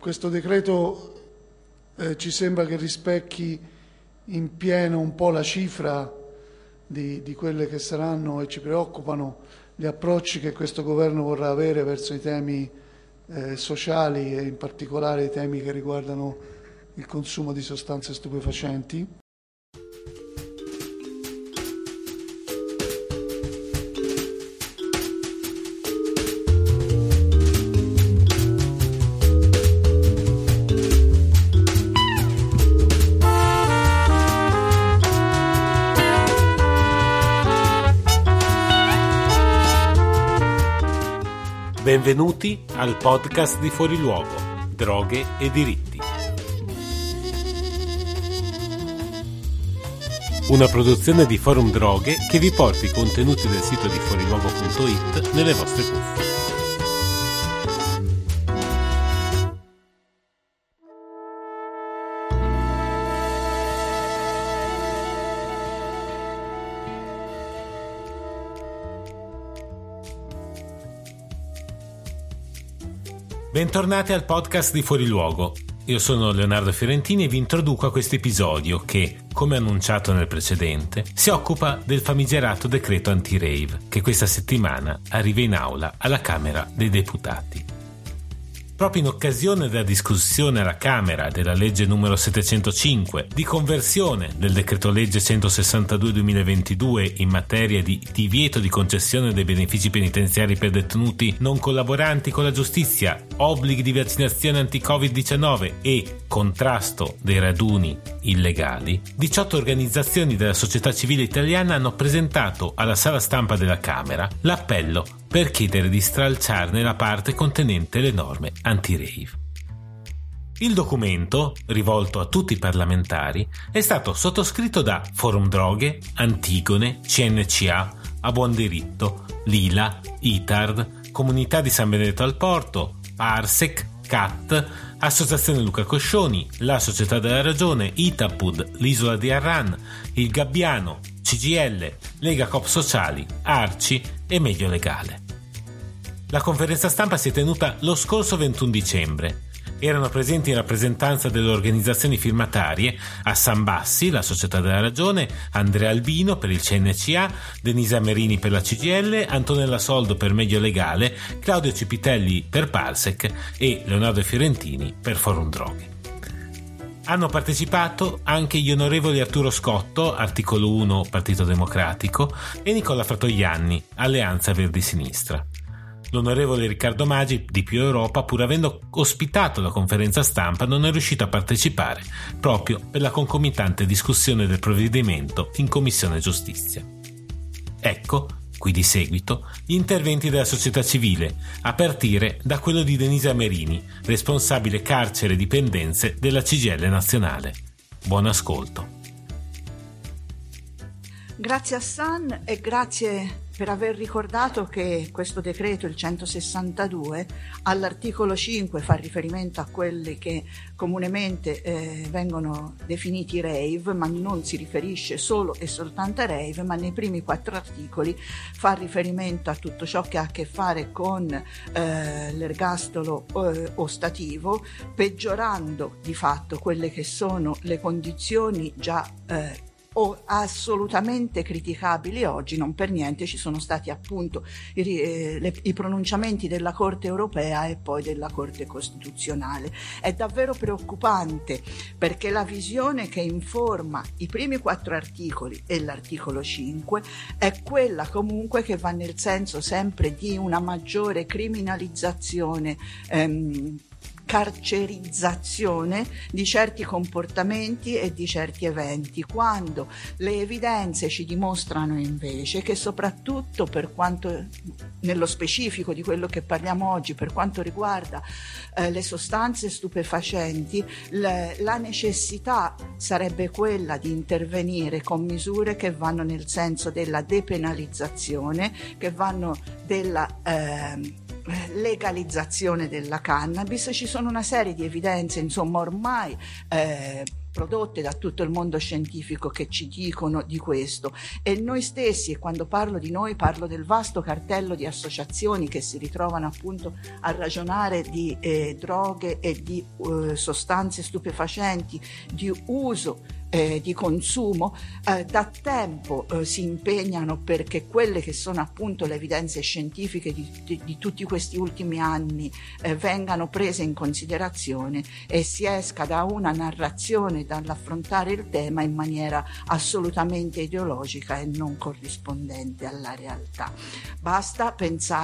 Questo decreto ci sembra che rispecchi in pieno un po' la cifra di quelle che saranno, e ci preoccupano, gli approcci che questo governo vorrà avere verso i temi sociali e in particolare i temi che riguardano il consumo di sostanze stupefacenti. Benvenuti al podcast di Fuori Luogo, Droghe e Diritti. Una produzione di Forum Droghe che vi porta i contenuti del sito di fuoriluogo.it nelle vostre cuffie. Bentornati al podcast di Fuori Luogo. Io sono Leonardo Fiorentini e vi introduco a questo episodio che, come annunciato nel precedente, si occupa del famigerato decreto anti-rave che questa settimana arriva in aula alla Camera dei Deputati. Proprio in occasione della discussione alla Camera della legge numero 705 di conversione del decreto legge 162/2022 in materia di divieto di concessione dei benefici penitenziari per detenuti non collaboranti con la giustizia, obblighi di vaccinazione anti-Covid-19 e contrasto dei raduni illegali, 18 organizzazioni della società civile italiana hanno presentato alla sala stampa della Camera l'appello per chiedere di stralciarne la parte contenente le norme anti-rave. Il documento, rivolto a tutti i parlamentari, è stato sottoscritto da Forum Droghe, Antigone, CNCA, A Buon Diritto, Lila, ITARD, Comunità di San Benedetto al Porto, Parsec, CAT, Associazione Luca Coscioni, La Società della Ragione, Itapud, l'Isola di Arran, Il Gabbiano, CGIL, Lega Coop Sociali, Arci e Medio Legale. La conferenza stampa si è tenuta lo scorso 21 dicembre. Erano presenti in rappresentanza delle organizzazioni firmatarie Hassan Bassi, la Società della Ragione, Andrea Albino per il CNCA, Denisa Merini per la CGIL, Antonella Soldo per Medio Legale, Claudio Cipitelli per Parsec e Leonardo Fiorentini per Forum Droghe. Hanno partecipato anche gli onorevoli Arturo Scotto, articolo 1 Partito Democratico, e Nicola Fratoianni, Alleanza Verdi Sinistra. L'onorevole Riccardo Maggi di Più Europa, pur avendo ospitato la conferenza stampa, non è riuscito a partecipare proprio per la concomitante discussione del provvedimento in Commissione Giustizia. Ecco, qui di seguito, gli interventi della società civile, a partire da quello di Denisa Merini, responsabile carcere e dipendenze della CGIL nazionale. Buon ascolto. Grazie a Hassan e grazie per aver ricordato che questo decreto, il 162, all'articolo 5 fa riferimento a quelli che comunemente vengono definiti rave, ma non si riferisce solo e soltanto a rave, ma nei primi 4 articoli fa riferimento a tutto ciò che ha a che fare con l'ergastolo ostativo, peggiorando di fatto quelle che sono le condizioni già o assolutamente criticabili oggi. Non per niente ci sono stati appunto i pronunciamenti della Corte europea e poi della Corte Costituzionale. È davvero preoccupante, perché la visione che informa i primi 4 articoli e l'articolo 5 è quella comunque che va nel senso sempre di una maggiore criminalizzazione, carcerizzazione di certi comportamenti e di certi eventi, quando le evidenze ci dimostrano invece che, soprattutto per quanto nello specifico di quello che parliamo oggi, per quanto riguarda le sostanze stupefacenti, la necessità sarebbe quella di intervenire con misure che vanno nel senso della depenalizzazione, che vanno della legalizzazione della cannabis. Ci sono una serie di evidenze, insomma, ormai prodotte da tutto il mondo scientifico che ci dicono di questo, e noi stessi, e quando parlo di noi parlo del vasto cartello di associazioni che si ritrovano appunto a ragionare di droghe e di sostanze stupefacenti, di uso, di consumo, da tempo si impegnano perché quelle che sono appunto le evidenze scientifiche di tutti questi ultimi anni vengano prese in considerazione e si esca da una narrazione, dall'affrontare il tema in maniera assolutamente ideologica e non corrispondente alla realtà. Basta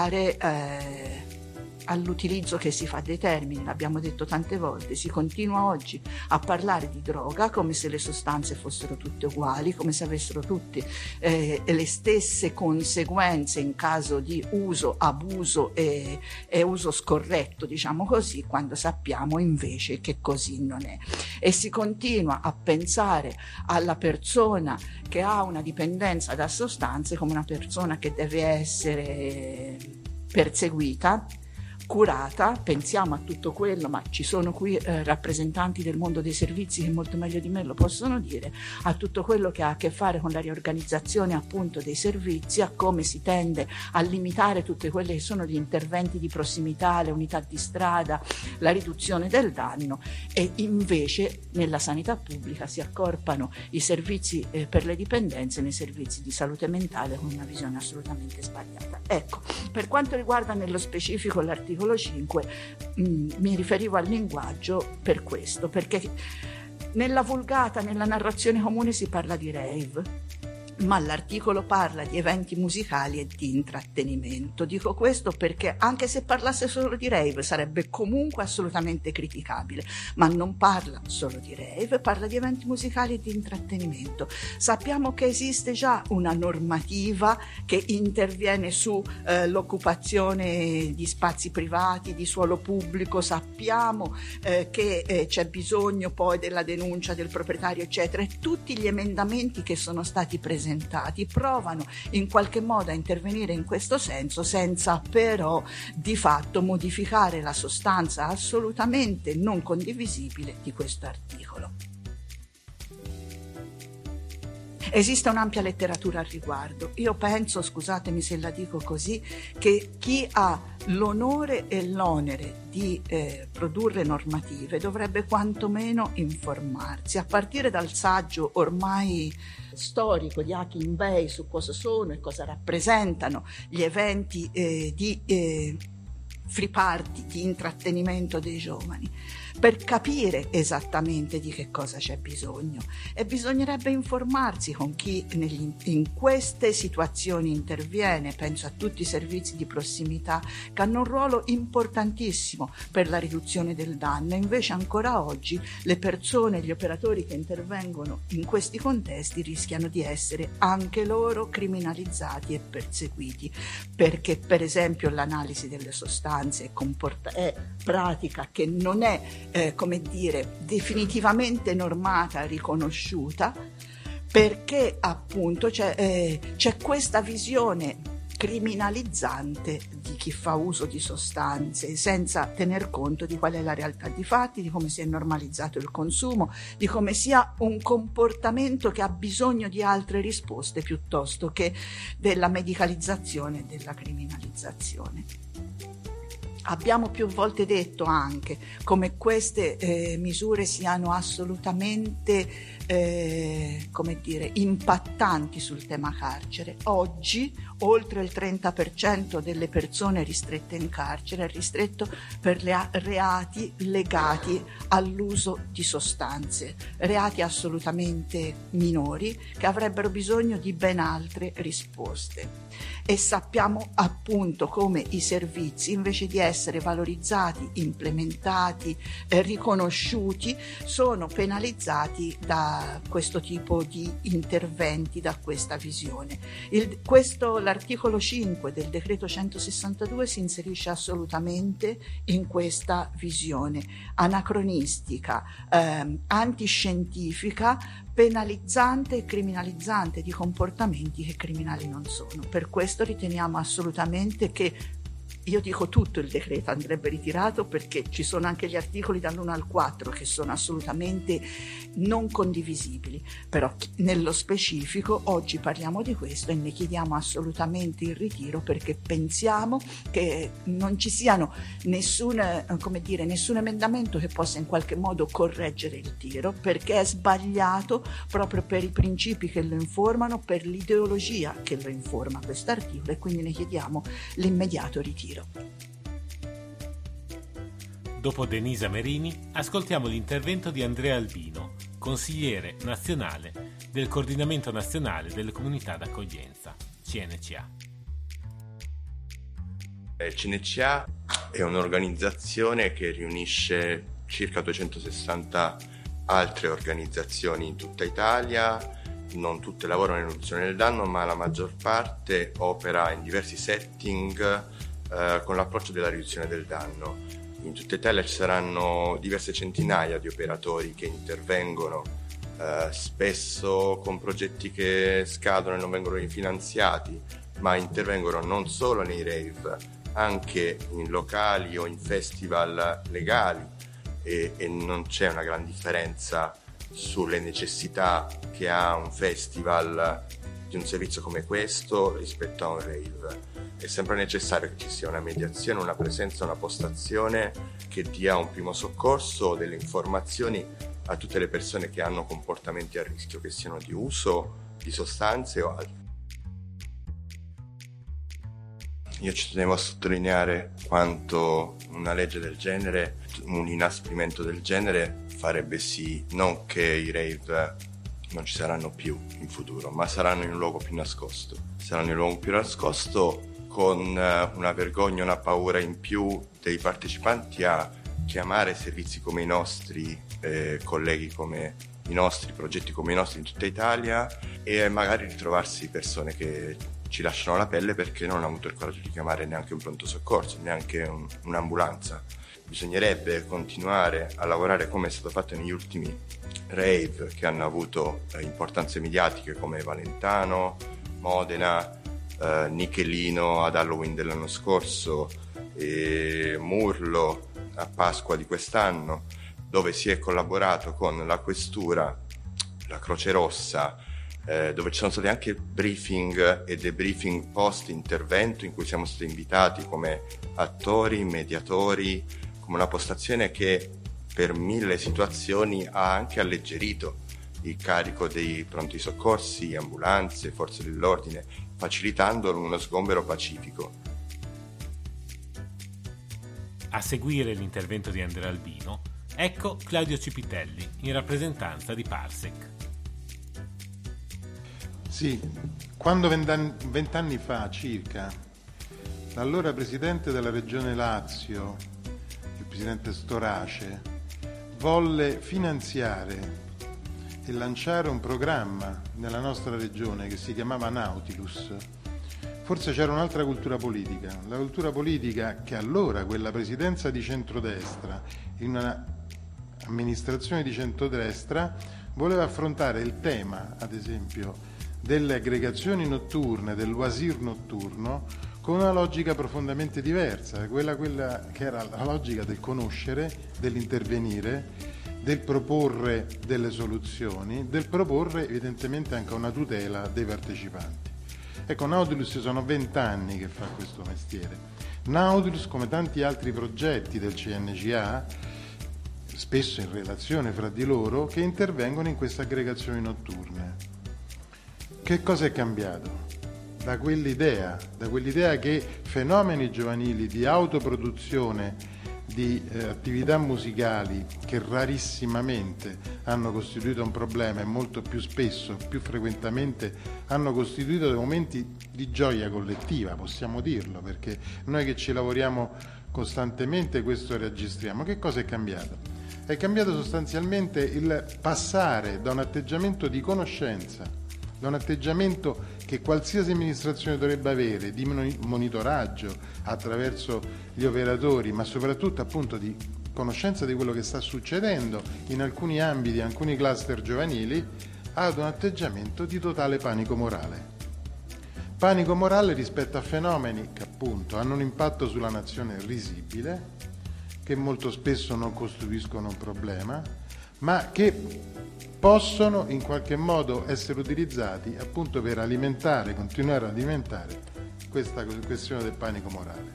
pensare all'utilizzo che si fa dei termini, l'abbiamo detto tante volte, si continua oggi a parlare di droga come se le sostanze fossero tutte uguali, come se avessero tutte le stesse conseguenze in caso di uso, abuso e uso scorretto, diciamo così, quando sappiamo invece che così non è. E si continua a pensare alla persona che ha una dipendenza da sostanze come una persona che deve essere perseguita, curata. Pensiamo a tutto quello, ma ci sono qui rappresentanti del mondo dei servizi che molto meglio di me lo possono dire, a tutto quello che ha a che fare con la riorganizzazione appunto dei servizi, a come si tende a limitare tutti quelli che sono gli interventi di prossimità, le unità di strada, la riduzione del danno, e invece nella sanità pubblica si accorpano i servizi per le dipendenze nei servizi di salute mentale, con una visione assolutamente sbagliata. Ecco, per quanto riguarda nello specifico l'articolo 5, mi riferivo al linguaggio per questo, perché nella vulgata, nella narrazione comune si parla di rave, ma l'articolo parla di eventi musicali e di intrattenimento. Dico questo perché anche se parlasse solo di rave sarebbe comunque assolutamente criticabile, ma non parla solo di rave, parla di eventi musicali e di intrattenimento. Sappiamo che esiste già una normativa che interviene su l'occupazione di spazi privati, di suolo pubblico, sappiamo che c'è bisogno poi della denuncia del proprietario eccetera, e tutti gli emendamenti che sono stati presentati provano in qualche modo a intervenire in questo senso, senza però di fatto modificare la sostanza assolutamente non condivisibile di questo articolo. Esiste un'ampia letteratura al riguardo. Io penso, scusatemi se la dico così, che chi ha l'onore e l'onere di produrre normative dovrebbe quantomeno informarsi, a partire dal saggio ormai storico di Hakim Bey su cosa sono e cosa rappresentano gli eventi di free party, di intrattenimento dei giovani, per capire esattamente di che cosa c'è bisogno. E bisognerebbe informarsi con chi in queste situazioni interviene. Penso a tutti i servizi di prossimità che hanno un ruolo importantissimo per la riduzione del danno, e invece ancora oggi le persone, gli operatori che intervengono in questi contesti rischiano di essere anche loro criminalizzati e perseguiti, perché per esempio l'analisi delle sostanze è pratica che non è come dire definitivamente normata, riconosciuta, perché appunto c'è questa visione criminalizzante di chi fa uso di sostanze, senza tener conto di qual è la realtà di fatti, di come si è normalizzato il consumo, di come sia un comportamento che ha bisogno di altre risposte piuttosto che della medicalizzazione e della criminalizzazione. Abbiamo più volte detto anche come queste misure siano assolutamente impattanti sul tema carcere. Oggi oltre il 30% delle persone ristrette in carcere è ristretto per reati legati all'uso di sostanze, reati assolutamente minori che avrebbero bisogno di ben altre risposte. E sappiamo appunto come i servizi, invece di essere valorizzati, implementati, riconosciuti, sono penalizzati da questo tipo di interventi, da questa visione. L'articolo 5 del decreto 162 si inserisce assolutamente in questa visione anacronistica, antiscientifica, penalizzante e criminalizzante di comportamenti che criminali non sono. Per questo riteniamo assolutamente che io dico tutto il decreto andrebbe ritirato, perché ci sono anche gli articoli dall'1 al 4 che sono assolutamente non condivisibili, però nello specifico oggi parliamo di questo e ne chiediamo assolutamente il ritiro, perché pensiamo che non ci siano nessun emendamento che possa in qualche modo correggere il tiro, perché è sbagliato proprio per i principi che lo informano, per l'ideologia che lo informa questo articolo, e quindi ne chiediamo l'immediato ritiro. Dopo Denisa Merini ascoltiamo l'intervento di Andrea Albino, consigliere nazionale del Coordinamento Nazionale delle Comunità d'Accoglienza, CNCA. CNCA è un'organizzazione che riunisce circa 260 altre organizzazioni in tutta Italia. Non tutte lavorano in riduzione del danno, ma la maggior parte opera in diversi setting con l'approccio della riduzione del danno. In tutta Italia ci saranno diverse centinaia di operatori che intervengono, spesso con progetti che scadono e non vengono rifinanziati, ma intervengono non solo nei rave, anche in locali o in festival legali, e non c'è una gran differenza sulle necessità che ha un festival di un servizio come questo rispetto a un rave. È sempre necessario che ci sia una mediazione, una presenza, una postazione che dia un primo soccorso, delle informazioni a tutte le persone che hanno comportamenti a rischio, che siano di uso di sostanze o altro. Io ci tenevo a sottolineare quanto una legge del genere, un inasprimento del genere, farebbe sì non che i rave non ci saranno più in futuro, ma saranno in un luogo più nascosto. Saranno in un luogo più nascosto, con una vergogna, una paura in più dei partecipanti a chiamare servizi come i nostri, colleghi come i nostri, progetti come i nostri in tutta Italia, e magari ritrovarsi persone che ci lasciano la pelle perché non hanno avuto il coraggio di chiamare neanche un pronto soccorso, neanche un'ambulanza. Bisognerebbe continuare a lavorare come è stato fatto negli ultimi rave che hanno avuto importanze mediatiche, come Valentano, Modena, Nichelino ad Halloween dell'anno scorso e Murlo a Pasqua di quest'anno, dove si è collaborato con la Questura, la Croce Rossa, dove ci sono stati anche briefing e debriefing post intervento in cui siamo stati invitati come attori, mediatori, come una postazione che per 1000 situazioni ha anche alleggerito il carico dei pronti soccorsi, ambulanze, forze dell'ordine, facilitando uno sgombero pacifico. A seguire l'intervento di Andrea Albino, ecco Claudio Cipitelli in rappresentanza di Parsec. Sì, quando 20 anni fa circa, l'allora presidente della regione Lazio, il presidente Storace, volle finanziare e lanciare un programma nella nostra regione che si chiamava Nautilus, forse c'era un'altra cultura politica, la cultura politica che allora quella presidenza di centrodestra, in una amministrazione di centrodestra, voleva affrontare il tema, ad esempio, delle aggregazioni notturne, del loisir notturno, con una logica profondamente diversa, quella che era la logica del conoscere, dell'intervenire, del proporre delle soluzioni, del proporre evidentemente anche una tutela dei partecipanti. Ecco, Nautilus sono 20 anni che fa questo mestiere. Nautilus, come tanti altri progetti del CNCA, spesso in relazione fra di loro, che intervengono in queste aggregazioni notturne. Che cosa è cambiato? Da quell'idea che fenomeni giovanili di autoproduzione di attività musicali che rarissimamente hanno costituito un problema e molto più spesso, più frequentemente hanno costituito dei momenti di gioia collettiva, possiamo dirlo, perché noi che ci lavoriamo costantemente questo registriamo. Che cosa è cambiato? È cambiato sostanzialmente il passare da un atteggiamento di conoscenza, da un atteggiamento che qualsiasi amministrazione dovrebbe avere di monitoraggio attraverso gli operatori, ma soprattutto appunto di conoscenza di quello che sta succedendo in alcuni ambiti, in alcuni cluster giovanili, ad un atteggiamento di totale panico morale. Panico morale rispetto a fenomeni che appunto hanno un impatto sulla nazione risibile, che molto spesso non costituiscono un problema, ma che possono in qualche modo essere utilizzati appunto per continuare a alimentare questa questione del panico morale.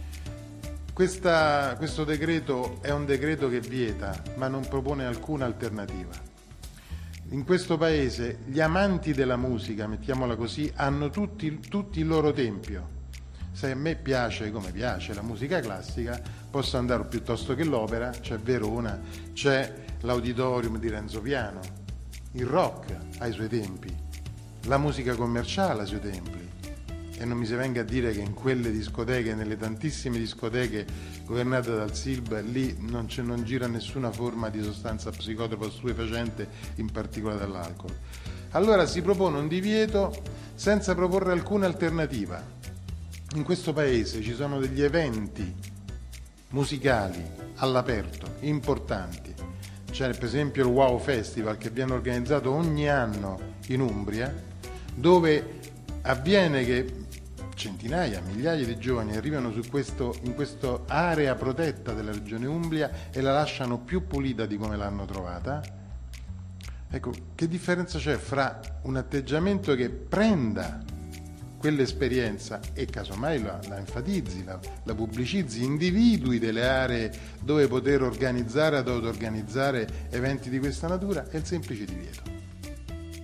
Questo decreto è un decreto che vieta, ma non propone alcuna alternativa. In questo paese gli amanti della musica, mettiamola così, hanno tutti il loro tempio. Se a me piace, come piace, la musica classica, posso andare piuttosto che l'opera, c'è Verona, c'è l'Auditorium di Renzo Piano. Il rock ha i suoi tempi, la musica commerciale ha i suoi tempi. E non mi si venga a dire che in quelle discoteche, nelle tantissime discoteche governate dal SILB, lì non gira nessuna forma di sostanza psicotropa o stupefacente, in particolare dall'alcol. Allora si propone un divieto senza proporre alcuna alternativa. In questo paese ci sono degli eventi musicali all'aperto importanti. C'è per esempio il Wow Festival che viene organizzato ogni anno in Umbria, dove avviene che centinaia, migliaia di giovani arrivano in questa area protetta della regione Umbria e la lasciano più pulita di come l'hanno trovata. Ecco, che differenza c'è fra un atteggiamento che prenda quell'esperienza e casomai la enfatizzi, la pubblicizzi, individui delle aree dove poter organizzare ad auto-organizzare eventi di questa natura, e il semplice divieto.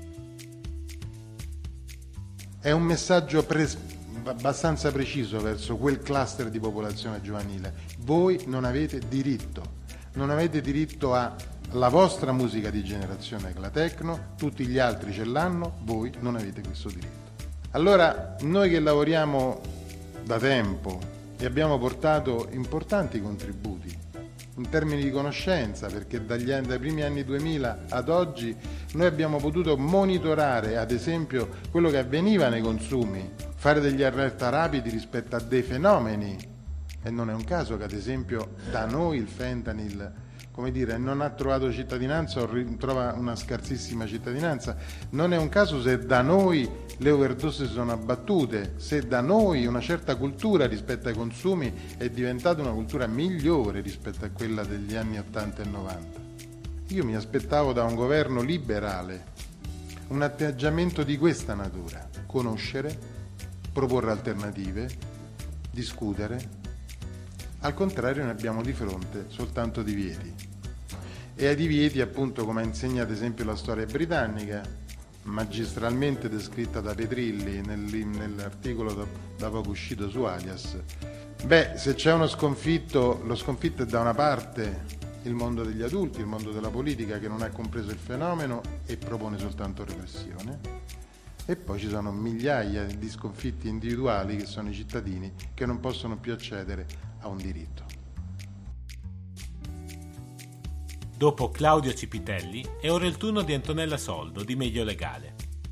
È un messaggio abbastanza preciso verso quel cluster di popolazione giovanile. Voi non avete diritto alla vostra musica di generazione, che la techno, tutti gli altri ce l'hanno, voi non avete questo diritto. Allora, noi che lavoriamo da tempo e abbiamo portato importanti contributi in termini di conoscenza, perché dai primi anni 2000 ad oggi noi abbiamo potuto monitorare, ad esempio, quello che avveniva nei consumi, fare degli allerta rapidi rispetto a dei fenomeni, e non è un caso che ad esempio da noi il fentanyl, come dire, non ha trovato cittadinanza o trova una scarsissima cittadinanza. Non è un caso se da noi le overdose si sono abbattute, se da noi una certa cultura rispetto ai consumi è diventata una cultura migliore rispetto a quella degli anni 80 e 90. Io mi aspettavo da un governo liberale un atteggiamento di questa natura: conoscere, proporre alternative, discutere. Al contrario, ne abbiamo di fronte soltanto divieti. E ai divieti, appunto, come insegna ad esempio la storia britannica, magistralmente descritta da Petrilli nell'articolo da poco uscito su Alias, se c'è uno sconfitto, lo sconfitto è da una parte il mondo degli adulti, il mondo della politica, che non ha compreso il fenomeno e propone soltanto repressione, e poi ci sono migliaia di sconfitti individuali, che sono i cittadini, che non possono più accedere a un diritto. Dopo Claudio Cipitelli è ora il turno di Antonella Soldo di Meglio Legale.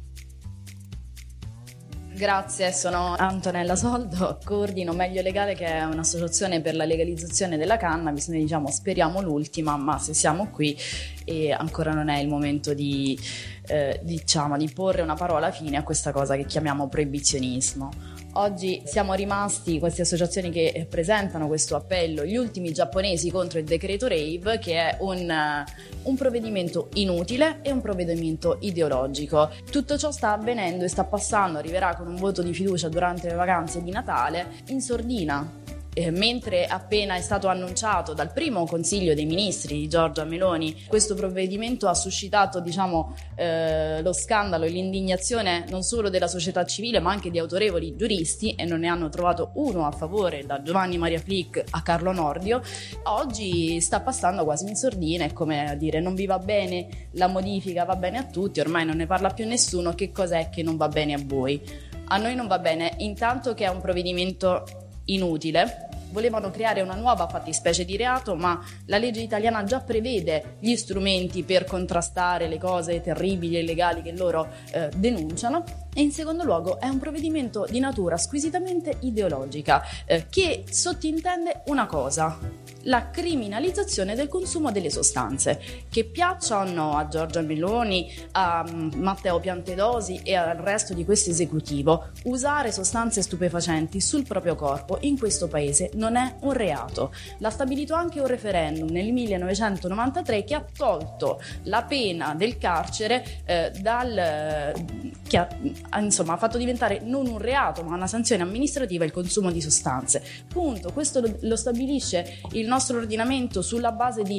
Grazie, sono Antonella Soldo, coordino Meglio Legale, che è un'associazione per la legalizzazione della cannabis. Noi speriamo l'ultima, ma se siamo qui e ancora non è il momento di porre una parola fine a questa cosa che chiamiamo proibizionismo. Oggi siamo rimasti queste associazioni che presentano questo appello, gli ultimi giapponesi contro il decreto rave, che è un provvedimento inutile e un provvedimento ideologico. Tutto ciò sta avvenendo e sta passando, arriverà con un voto di fiducia durante le vacanze di Natale in sordina. Mentre appena è stato annunciato dal primo Consiglio dei Ministri di Giorgia Meloni, questo provvedimento ha suscitato lo scandalo e l'indignazione non solo della società civile ma anche di autorevoli giuristi, e non ne hanno trovato uno a favore, da Giovanni Maria Flick a Carlo Nordio. Oggi sta passando quasi in sordina, è come a dire: non vi va bene la modifica, va bene a tutti, ormai non ne parla più nessuno, che cos'è che non va bene a voi? A noi non va bene intanto che è un provvedimento inutile. Volevano creare una nuova fattispecie di reato, ma la legge italiana già prevede gli strumenti per contrastare le cose terribili e illegali che loro denunciano. E in secondo luogo è un provvedimento di natura squisitamente ideologica che sottintende una cosa: la criminalizzazione del consumo delle sostanze. Che piaccia o no a Giorgia Meloni, a Matteo Piantedosi e al resto di questo esecutivo, usare sostanze stupefacenti sul proprio corpo in questo paese non è un reato. L'ha stabilito anche un referendum nel 1993 che ha tolto la pena del carcere che ha fatto diventare non un reato ma una sanzione amministrativa il consumo di sostanze. Punto. Questo lo stabilisce il nostro ordinamento sulla base di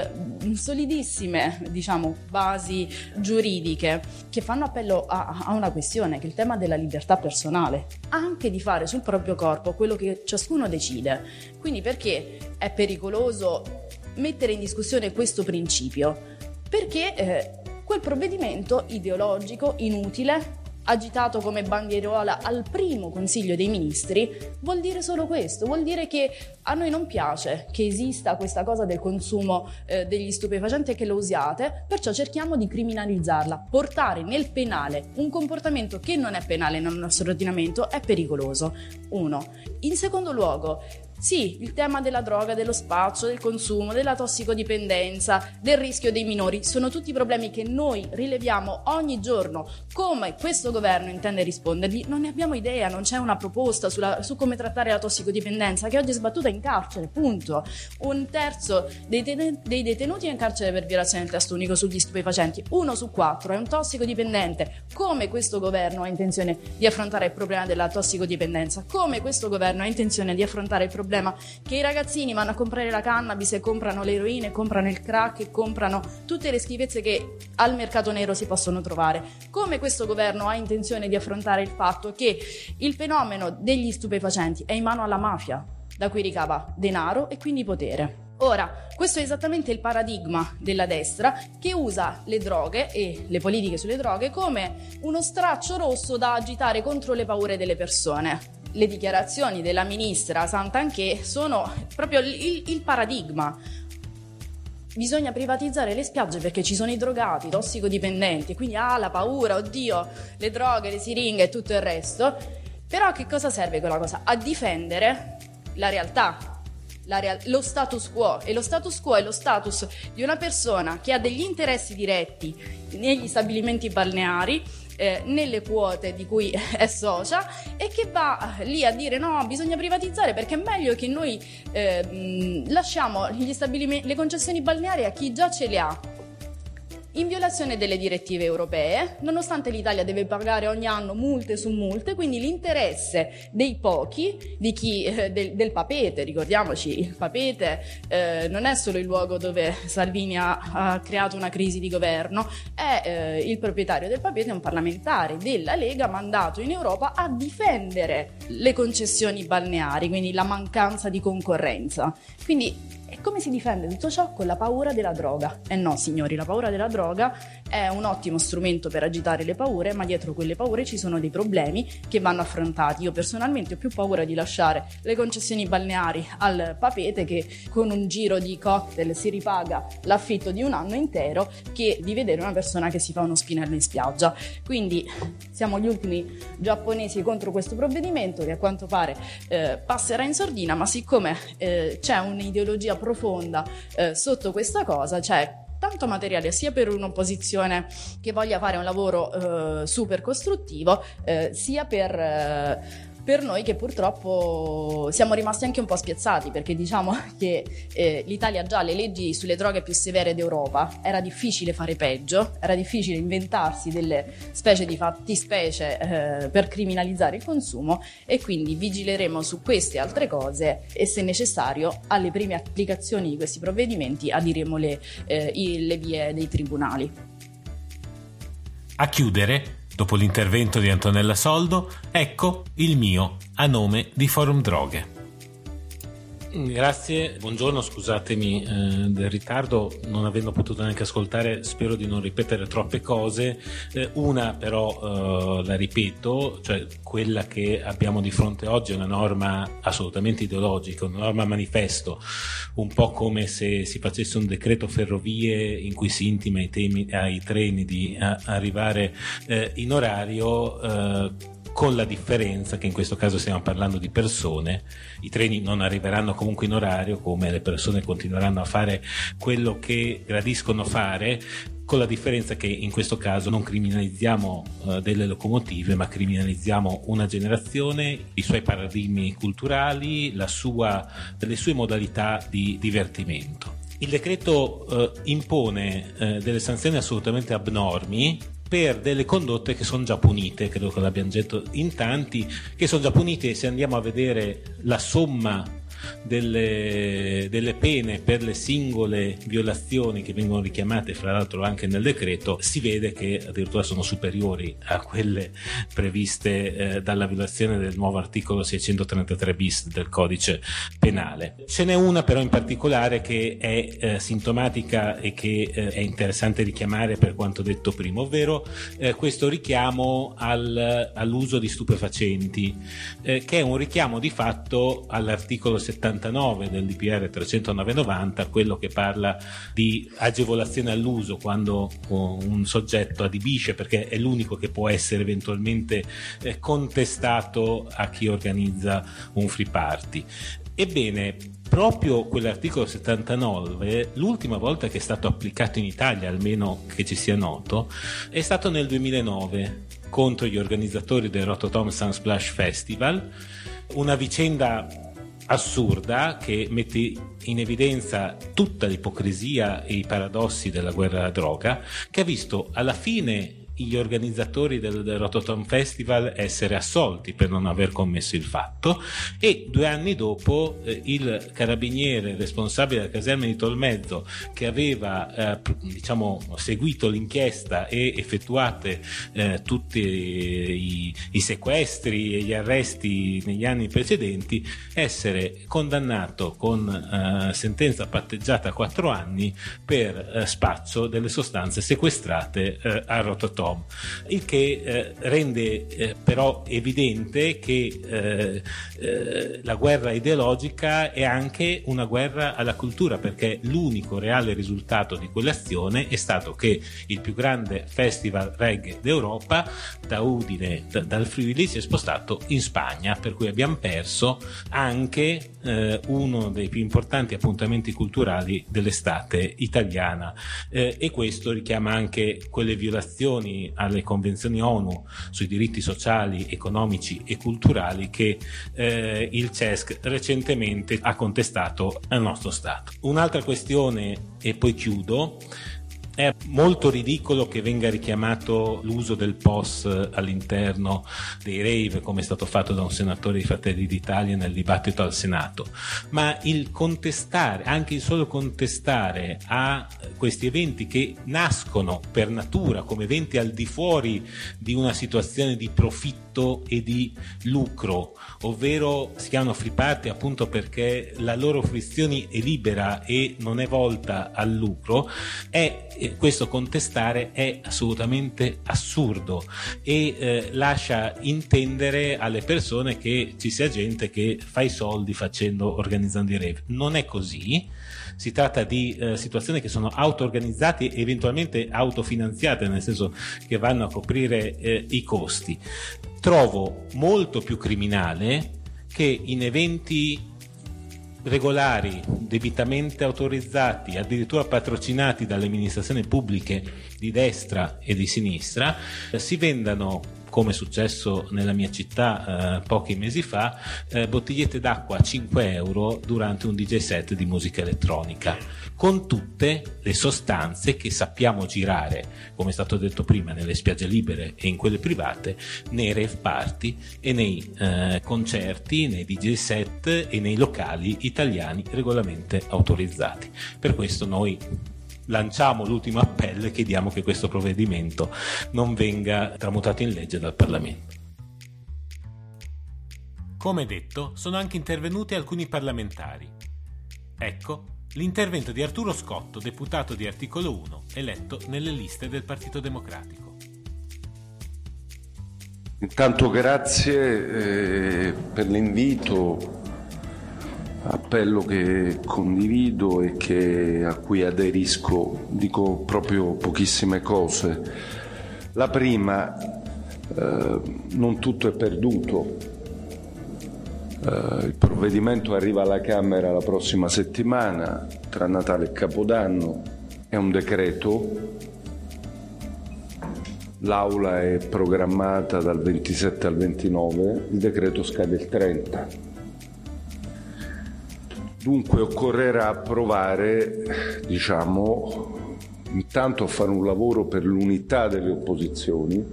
solidissime, basi giuridiche che fanno appello a una questione, che è il tema della libertà personale, anche di fare sul proprio corpo quello che ciascuno decide. Quindi perché è pericoloso mettere in discussione questo principio? Perché quel provvedimento ideologico, inutile, agitato come bandierola al primo Consiglio dei Ministri, vuol dire solo questo, vuol dire che a noi non piace che esista questa cosa del consumo degli stupefacenti e che lo usiate, perciò cerchiamo di criminalizzarla. Portare nel penale un comportamento che non è penale nel nostro ordinamento è pericoloso. Uno. In secondo luogo, sì, il tema della droga, dello spaccio, del consumo, della tossicodipendenza, del rischio dei minori sono tutti problemi che noi rileviamo ogni giorno. Come questo governo intende rispondergli? Non ne abbiamo idea, non c'è una proposta su come trattare la tossicodipendenza, che oggi è sbattuta in carcere, punto. 1/3 dei detenuti è in carcere per violazione del testo unico sugli stupefacenti, 1 su 4 è un tossicodipendente. Come questo governo ha intenzione di affrontare il problema della tossicodipendenza? Come questo governo ha intenzione di affrontare il problema che i ragazzini vanno a comprare la cannabis e comprano l'eroina e comprano il crack e comprano tutte le schifezze che al mercato nero si possono trovare? Come questo governo ha intenzione di affrontare il fatto che il fenomeno degli stupefacenti è in mano alla mafia, da cui ricava denaro e quindi potere? Ora, questo è esattamente il paradigma della destra, che usa le droghe e le politiche sulle droghe come uno straccio rosso da agitare contro le paure delle persone. Le dichiarazioni della ministra Santanchè sono proprio il paradigma. Bisogna privatizzare le spiagge perché ci sono i drogati, i tossicodipendenti, quindi la paura, oddio, le droghe, le siringhe e tutto il resto. Però a che cosa serve quella cosa? A difendere la realtà, lo status quo. E lo status quo è lo status di una persona che ha degli interessi diretti negli stabilimenti balneari, nelle quote di cui è socia, e che va lì a dire no, bisogna privatizzare perché è meglio che noi lasciamo le concessioni balneari a chi già ce le ha, in violazione delle direttive europee, nonostante l'Italia deve pagare ogni anno multe su multe. Quindi l'interesse dei pochi, di chi del Papete, ricordiamoci, il Papete non è solo il luogo dove Salvini ha creato una crisi di governo, è il proprietario del Papete, è un parlamentare della Lega mandato in Europa a difendere le concessioni balneari, quindi la mancanza di concorrenza. Quindi e come si difende tutto ciò? Con la paura della droga. No, signori, la paura della droga è un ottimo strumento per agitare le paure, ma dietro quelle paure ci sono dei problemi che vanno affrontati. Io personalmente ho più paura di lasciare le concessioni balneari al Papete, che con un giro di cocktail si ripaga l'affitto di un anno intero, che di vedere una persona che si fa uno spinello in spiaggia. Quindi siamo gli ultimi giapponesi contro questo provvedimento, che a quanto pare passerà in sordina, ma siccome c'è un'ideologia profonda sotto questa cosa, c'è tanto materiale sia per un'opposizione che voglia fare un lavoro super costruttivo, sia per noi che purtroppo siamo rimasti anche un po' spiazzati, perché diciamo che l'Italia ha già le leggi sulle droghe più severe d'Europa. Era difficile fare peggio, era difficile inventarsi delle specie di fattispecie per criminalizzare il consumo, e quindi vigileremo su queste altre cose e, se necessario, alle prime applicazioni di questi provvedimenti adiremo le vie dei tribunali. A chiudere, dopo l'intervento di Antonella Soldo, ecco il mio a nome di Forum Droghe. Grazie, buongiorno, scusatemi del ritardo, non avendo potuto neanche ascoltare, spero di non ripetere troppe cose. Una però la ripeto, cioè quella che abbiamo di fronte oggi è una norma assolutamente ideologica, una norma manifesto, un po' come se si facesse un decreto ferrovie in cui si intima ai treni di arrivare in orario, con la differenza che in questo caso stiamo parlando di persone. I treni non arriveranno comunque in orario, come le persone continueranno a fare quello che gradiscono fare, con la differenza che in questo caso non criminalizziamo delle locomotive, ma criminalizziamo una generazione, i suoi paradigmi culturali, le sue modalità di divertimento. Il decreto impone delle sanzioni assolutamente abnormi per delle condotte che sono già punite, credo che l'abbiamo detto in tanti, che sono già punite. Se andiamo a vedere la somma delle pene per le singole violazioni che vengono richiamate fra l'altro anche nel decreto, si vede che addirittura sono superiori a quelle previste dalla violazione del nuovo articolo 633 bis del codice penale. Ce n'è una però in particolare che è sintomatica e che è interessante richiamare per quanto detto prima, ovvero questo richiamo all'uso di stupefacenti, che è un richiamo di fatto all'articolo 79 del DPR 309/90, quello che parla di agevolazione all'uso quando un soggetto adibisce, perché è l'unico che può essere eventualmente contestato a chi organizza un free party. Ebbene, proprio quell'articolo 79, l'ultima volta che è stato applicato in Italia, almeno che ci sia noto, è stato nel 2009 contro gli organizzatori del Rototom Sunsplash Festival, una vicenda assurda che mette in evidenza tutta l'ipocrisia e i paradossi della guerra alla droga, che ha visto alla fine gli organizzatori del Rototom Festival essere assolti per non aver commesso il fatto, e 2 anni dopo il carabiniere responsabile della caserma di Tolmezzo, che aveva seguito l'inchiesta e effettuate tutti i sequestri e gli arresti negli anni precedenti, essere condannato con sentenza patteggiata a 4 anni per spaccio delle sostanze sequestrate a Rototom. Il che rende però evidente che la guerra ideologica è anche una guerra alla cultura, perché l'unico reale risultato di quell'azione è stato che il più grande festival reggae d'Europa, da Udine, dal Friuli, si è spostato in Spagna, per cui abbiamo perso anche uno dei più importanti appuntamenti culturali dell'estate italiana, e questo richiama anche quelle violazioni alle convenzioni ONU sui diritti sociali, economici e culturali che il CESC recentemente ha contestato al nostro Stato. Un'altra questione, e poi chiudo. È molto ridicolo che venga richiamato l'uso del POS all'interno dei rave, come è stato fatto da un senatore di Fratelli d'Italia nel dibattito al Senato, ma il contestare, anche il solo contestare a questi eventi che nascono per natura come eventi al di fuori di una situazione di profitto e di lucro, ovvero si chiamano free party appunto perché la loro fruizione è libera e non è volta al lucro, questo contestare è assolutamente assurdo e lascia intendere alle persone che ci sia gente che fa i soldi organizzando i rave. Non è così. Si tratta di situazioni che sono auto-organizzate e eventualmente autofinanziate, nel senso che vanno a coprire i costi. Trovo molto più criminale che in eventi regolari, debitamente autorizzati, addirittura patrocinati dalle amministrazioni pubbliche di destra e di sinistra, si vendano, come è successo nella mia città pochi mesi fa, bottigliette d'acqua a 5 euro durante un DJ set di musica elettronica, con tutte le sostanze che sappiamo girare, come è stato detto prima, nelle spiagge libere e in quelle private, nei rave party e nei concerti, nei DJ set e nei locali italiani regolarmente autorizzati. Per questo noi lanciamo l'ultimo appello e chiediamo che questo provvedimento non venga tramutato in legge dal Parlamento. Come detto, sono anche intervenuti alcuni parlamentari. Ecco l'intervento di Arturo Scotto, deputato di Articolo 1, eletto nelle liste del Partito Democratico. Intanto grazie per l'invito, appello che condivido e a cui aderisco. Dico proprio pochissime cose. La prima, non tutto è perduto. Il provvedimento arriva alla Camera la prossima settimana, tra Natale e Capodanno. È un decreto. L'Aula è programmata dal 27 al 29, il decreto scade il 30. Dunque occorrerà provare, intanto a fare un lavoro per l'unità delle opposizioni,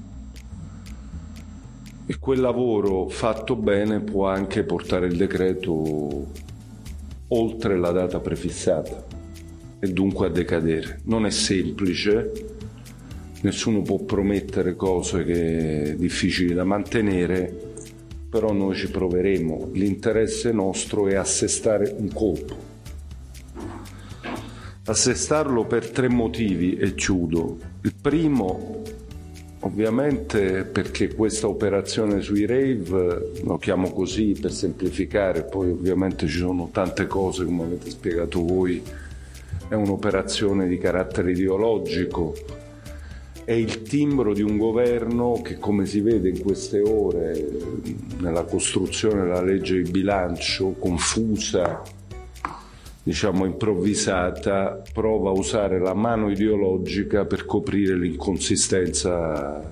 e quel lavoro fatto bene può anche portare il decreto oltre la data prefissata e dunque a decadere. Non è semplice. Nessuno può promettere cose difficili da mantenere, però noi ci proveremo. L'interesse nostro è assestare un colpo. Assestarlo per 3 motivi e chiudo. Il primo, ovviamente, perché questa operazione sui rave, lo chiamo così per semplificare, poi ovviamente ci sono tante cose, come avete spiegato voi, è un'operazione di carattere ideologico. È il timbro di un governo che, come si vede in queste ore nella costruzione della legge di bilancio, confusa, improvvisata, prova a usare la mano ideologica per coprire l'inconsistenza,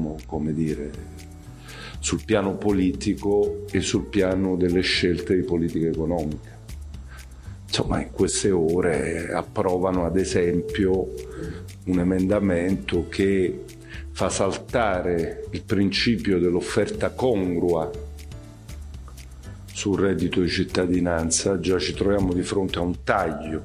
sul piano politico e sul piano delle scelte di politica economica. In queste ore approvano ad esempio un emendamento che fa saltare il principio dell'offerta congrua sul reddito di cittadinanza. Già ci troviamo di fronte a un taglio.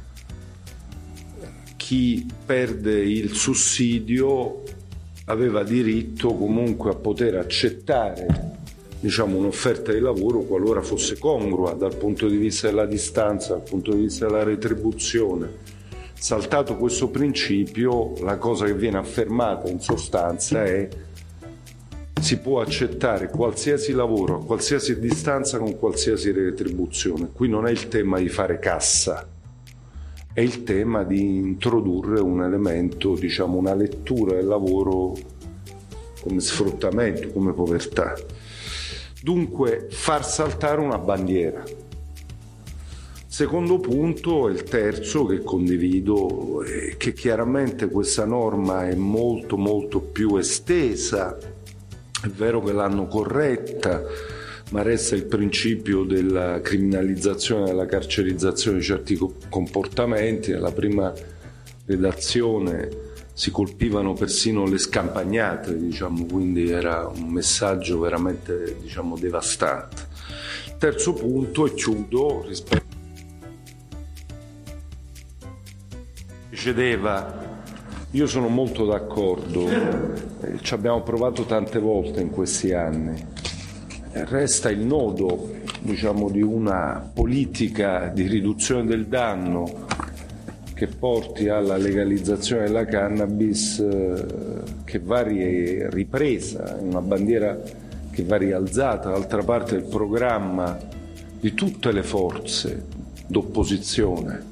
Chi perde il sussidio aveva diritto comunque a poter accettare un'offerta di lavoro qualora fosse congrua dal punto di vista della distanza, dal punto di vista della retribuzione. Saltato questo principio, la cosa che viene affermata in sostanza è: si può accettare qualsiasi lavoro a qualsiasi distanza con qualsiasi retribuzione. Qui non è il tema di fare cassa, è il tema di introdurre un elemento, una lettura del lavoro come sfruttamento, come povertà. Dunque, far saltare una bandiera. Secondo punto, il terzo che condivido, è che chiaramente questa norma è molto molto più estesa. È vero che l'hanno corretta, ma resta il principio della criminalizzazione, della carcerizzazione di certi comportamenti. Nella prima redazione si colpivano persino le scampagnate, quindi era un messaggio veramente, devastante. Terzo punto, e chiudo, rispetto precedeva, io sono molto d'accordo, ci abbiamo provato tante volte in questi anni. Resta il nodo, di una politica di riduzione del danno che porti alla legalizzazione della cannabis, che va ripresa, è una bandiera che va rialzata. D'altra parte il programma di tutte le forze d'opposizione,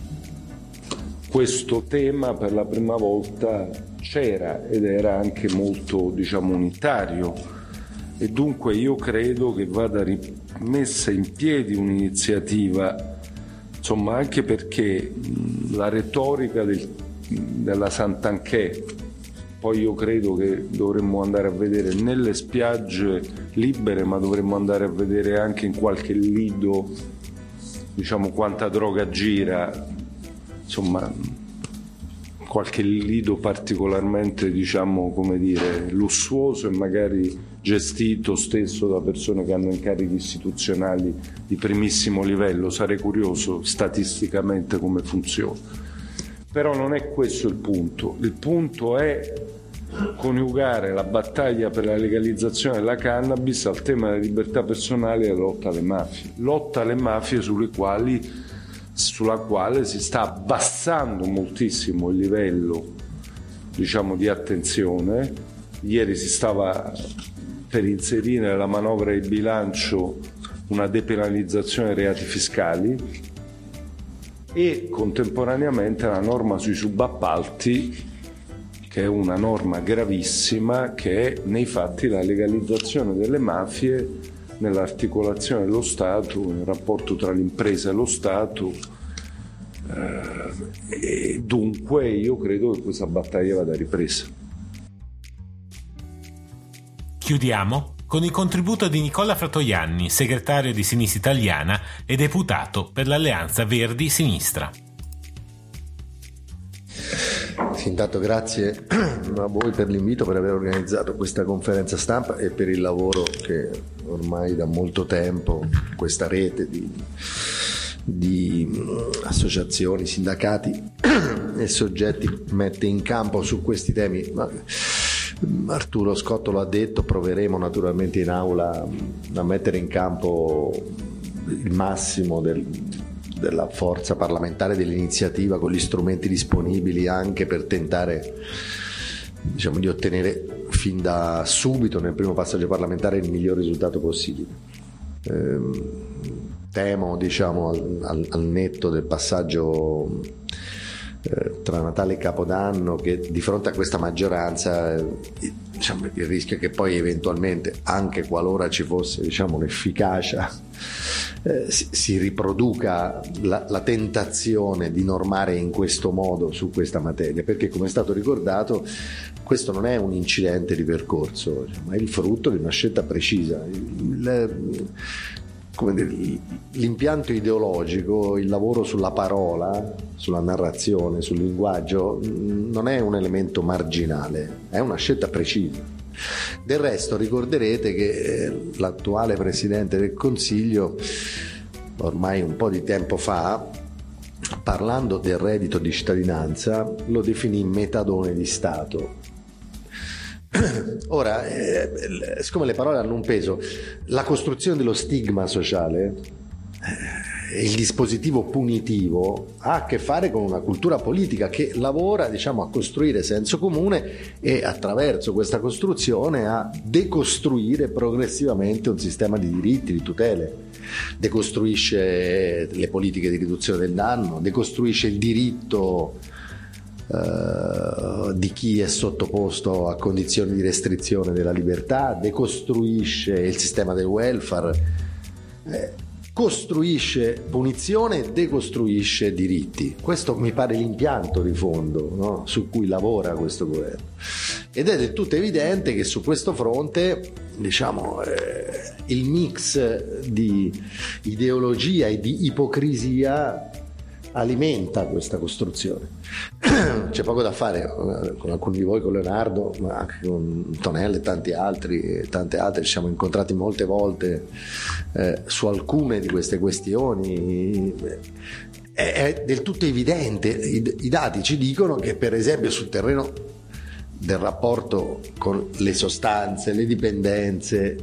questo tema per la prima volta c'era ed era anche molto unitario, e dunque io credo che vada rimessa in piedi un'iniziativa, anche perché la retorica della Santanchè, poi io credo che dovremmo andare a vedere nelle spiagge libere, ma dovremmo andare a vedere anche in qualche lido, quanta droga gira, qualche lido particolarmente, lussuoso e magari gestito stesso da persone che hanno incarichi istituzionali di primissimo livello. Sarei curioso statisticamente come funziona. Però non è questo il punto. Il punto è coniugare la battaglia per la legalizzazione della cannabis al tema della libertà personale e la lotta alle mafie sulla quale si sta abbassando moltissimo il livello, diciamo, di attenzione. Ieri si stava per inserire nella manovra di bilancio una depenalizzazione dei reati fiscali e contemporaneamente la norma sui subappalti, che è una norma gravissima, che è nei fatti la legalizzazione delle mafie nell'articolazione dello Stato, nel rapporto tra l'impresa e lo Stato, e dunque io credo che questa battaglia vada ripresa. Chiudiamo con il contributo di Nicola Fratoianni, segretario di Sinistra Italiana e deputato per l'Alleanza Verdi-Sinistra. Sì, intanto grazie a voi per l'invito, per aver organizzato questa conferenza stampa e per il lavoro che ormai da molto tempo questa rete di associazioni, sindacati e soggetti mette in campo su questi temi. Arturo Scotto lo ha detto, proveremo naturalmente in aula a mettere in campo il massimo della forza parlamentare, dell'iniziativa, con gli strumenti disponibili, anche per tentare, diciamo, di ottenere fin da subito nel primo passaggio parlamentare il miglior risultato possibile. Temo, diciamo, al netto del passaggio tra Natale e Capodanno, che di fronte a questa maggioranza, diciamo, il rischio è che poi eventualmente, anche qualora ci fosse, diciamo, un'efficacia, si riproduca la tentazione di normare in questo modo su questa materia, perché, come è stato ricordato, questo non è un incidente di percorso, ma è il frutto di una scelta precisa. L'impianto ideologico, il lavoro sulla parola, sulla narrazione, sul linguaggio non è un elemento marginale, è una scelta precisa. Del resto ricorderete che l'attuale Presidente del Consiglio ormai un po' di tempo fa, parlando del reddito di cittadinanza, lo definì metadone di Stato. Ora, siccome le parole hanno un peso, la costruzione dello stigma sociale, il dispositivo punitivo, ha a che fare con una cultura politica che lavora, diciamo, a costruire senso comune e attraverso questa costruzione a decostruire progressivamente un sistema di diritti, di tutele. Decostruisce le politiche di riduzione del danno, decostruisce il diritto di chi è sottoposto a condizioni di restrizione della libertà, decostruisce il sistema del welfare, costruisce punizione e decostruisce diritti. Questo mi pare l'impianto di fondo, no? Su cui lavora questo governo, ed è del tutto evidente che su questo fronte, diciamo, il mix di ideologia e di ipocrisia alimenta questa costruzione. C'è poco da fare con alcuni di voi, con Leonardo, ma anche con Tonello e tante altre ci siamo incontrati molte volte su alcune di queste questioni. È del tutto evidente, i dati ci dicono che, per esempio, sul terreno del rapporto con le sostanze, le dipendenze,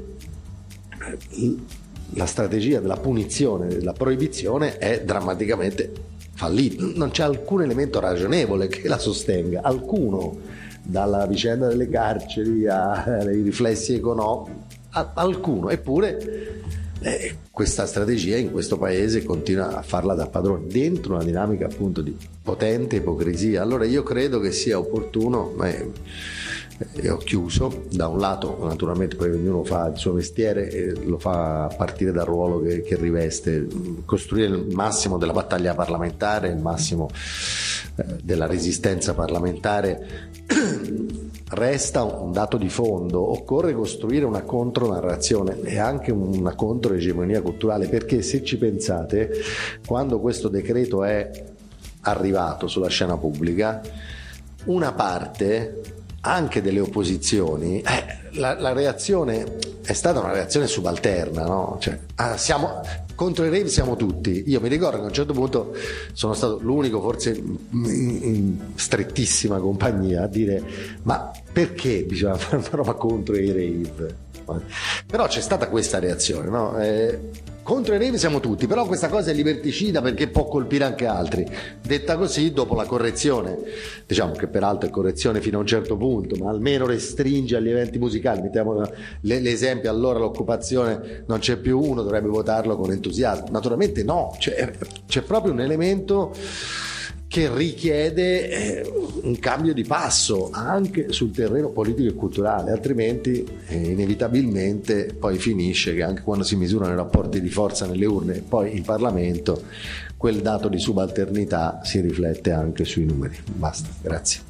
la strategia della punizione, della proibizione è drammaticamente fallito. Non c'è alcun elemento ragionevole che la sostenga, alcuno, dalla vicenda delle carceri ai riflessi economici, alcuno. Eppure questa strategia in questo paese continua a farla da padrone, dentro una dinamica appunto di potente ipocrisia. Allora io credo che sia opportuno, e ho chiuso, da un lato naturalmente poi ognuno fa il suo mestiere e lo fa a partire dal ruolo che riveste, costruire il massimo della battaglia parlamentare, il massimo della resistenza parlamentare. Resta un dato di fondo: occorre costruire una contronarrazione e anche una controegemonia culturale, perché se ci pensate, quando questo decreto è arrivato sulla scena pubblica, una parte anche delle opposizioni, la reazione è stata una reazione subalterna, no? Cioè, contro i rave siamo tutti. Io mi ricordo che a un certo punto sono stato l'unico, forse in strettissima compagnia, a dire: ma perché bisogna fare una roba contro i rave? Però c'è stata questa reazione, no? Contro i rave siamo tutti, però questa cosa è liberticida perché può colpire anche altri. Detta così, dopo la correzione, diciamo che peraltro è correzione fino a un certo punto, ma almeno restringe agli eventi musicali, mettiamo l'esempio, allora l'occupazione non c'è più, uno dovrebbe votarlo con entusiasmo. Naturalmente no, c'è proprio un elemento che richiede un cambio di passo anche sul terreno politico e culturale, altrimenti inevitabilmente poi finisce che anche quando si misurano i rapporti di forza nelle urne e poi in Parlamento, quel dato di subalternità si riflette anche sui numeri. Basta, grazie.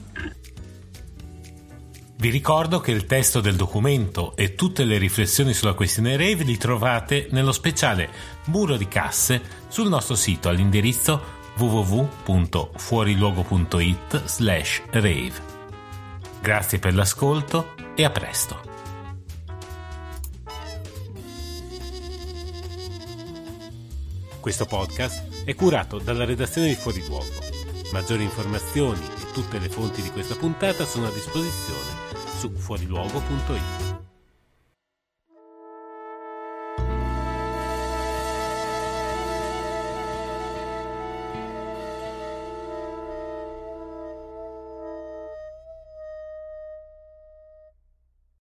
Vi ricordo che il testo del documento e tutte le riflessioni sulla questione rave li trovate nello speciale Muro di Casse sul nostro sito all'indirizzo www.fuoriluogo.it/rave. Grazie per l'ascolto e a presto. Questo podcast è curato dalla redazione di Fuori Luogo. Maggiori informazioni e tutte le fonti di questa puntata sono a disposizione su fuoriluogo.it.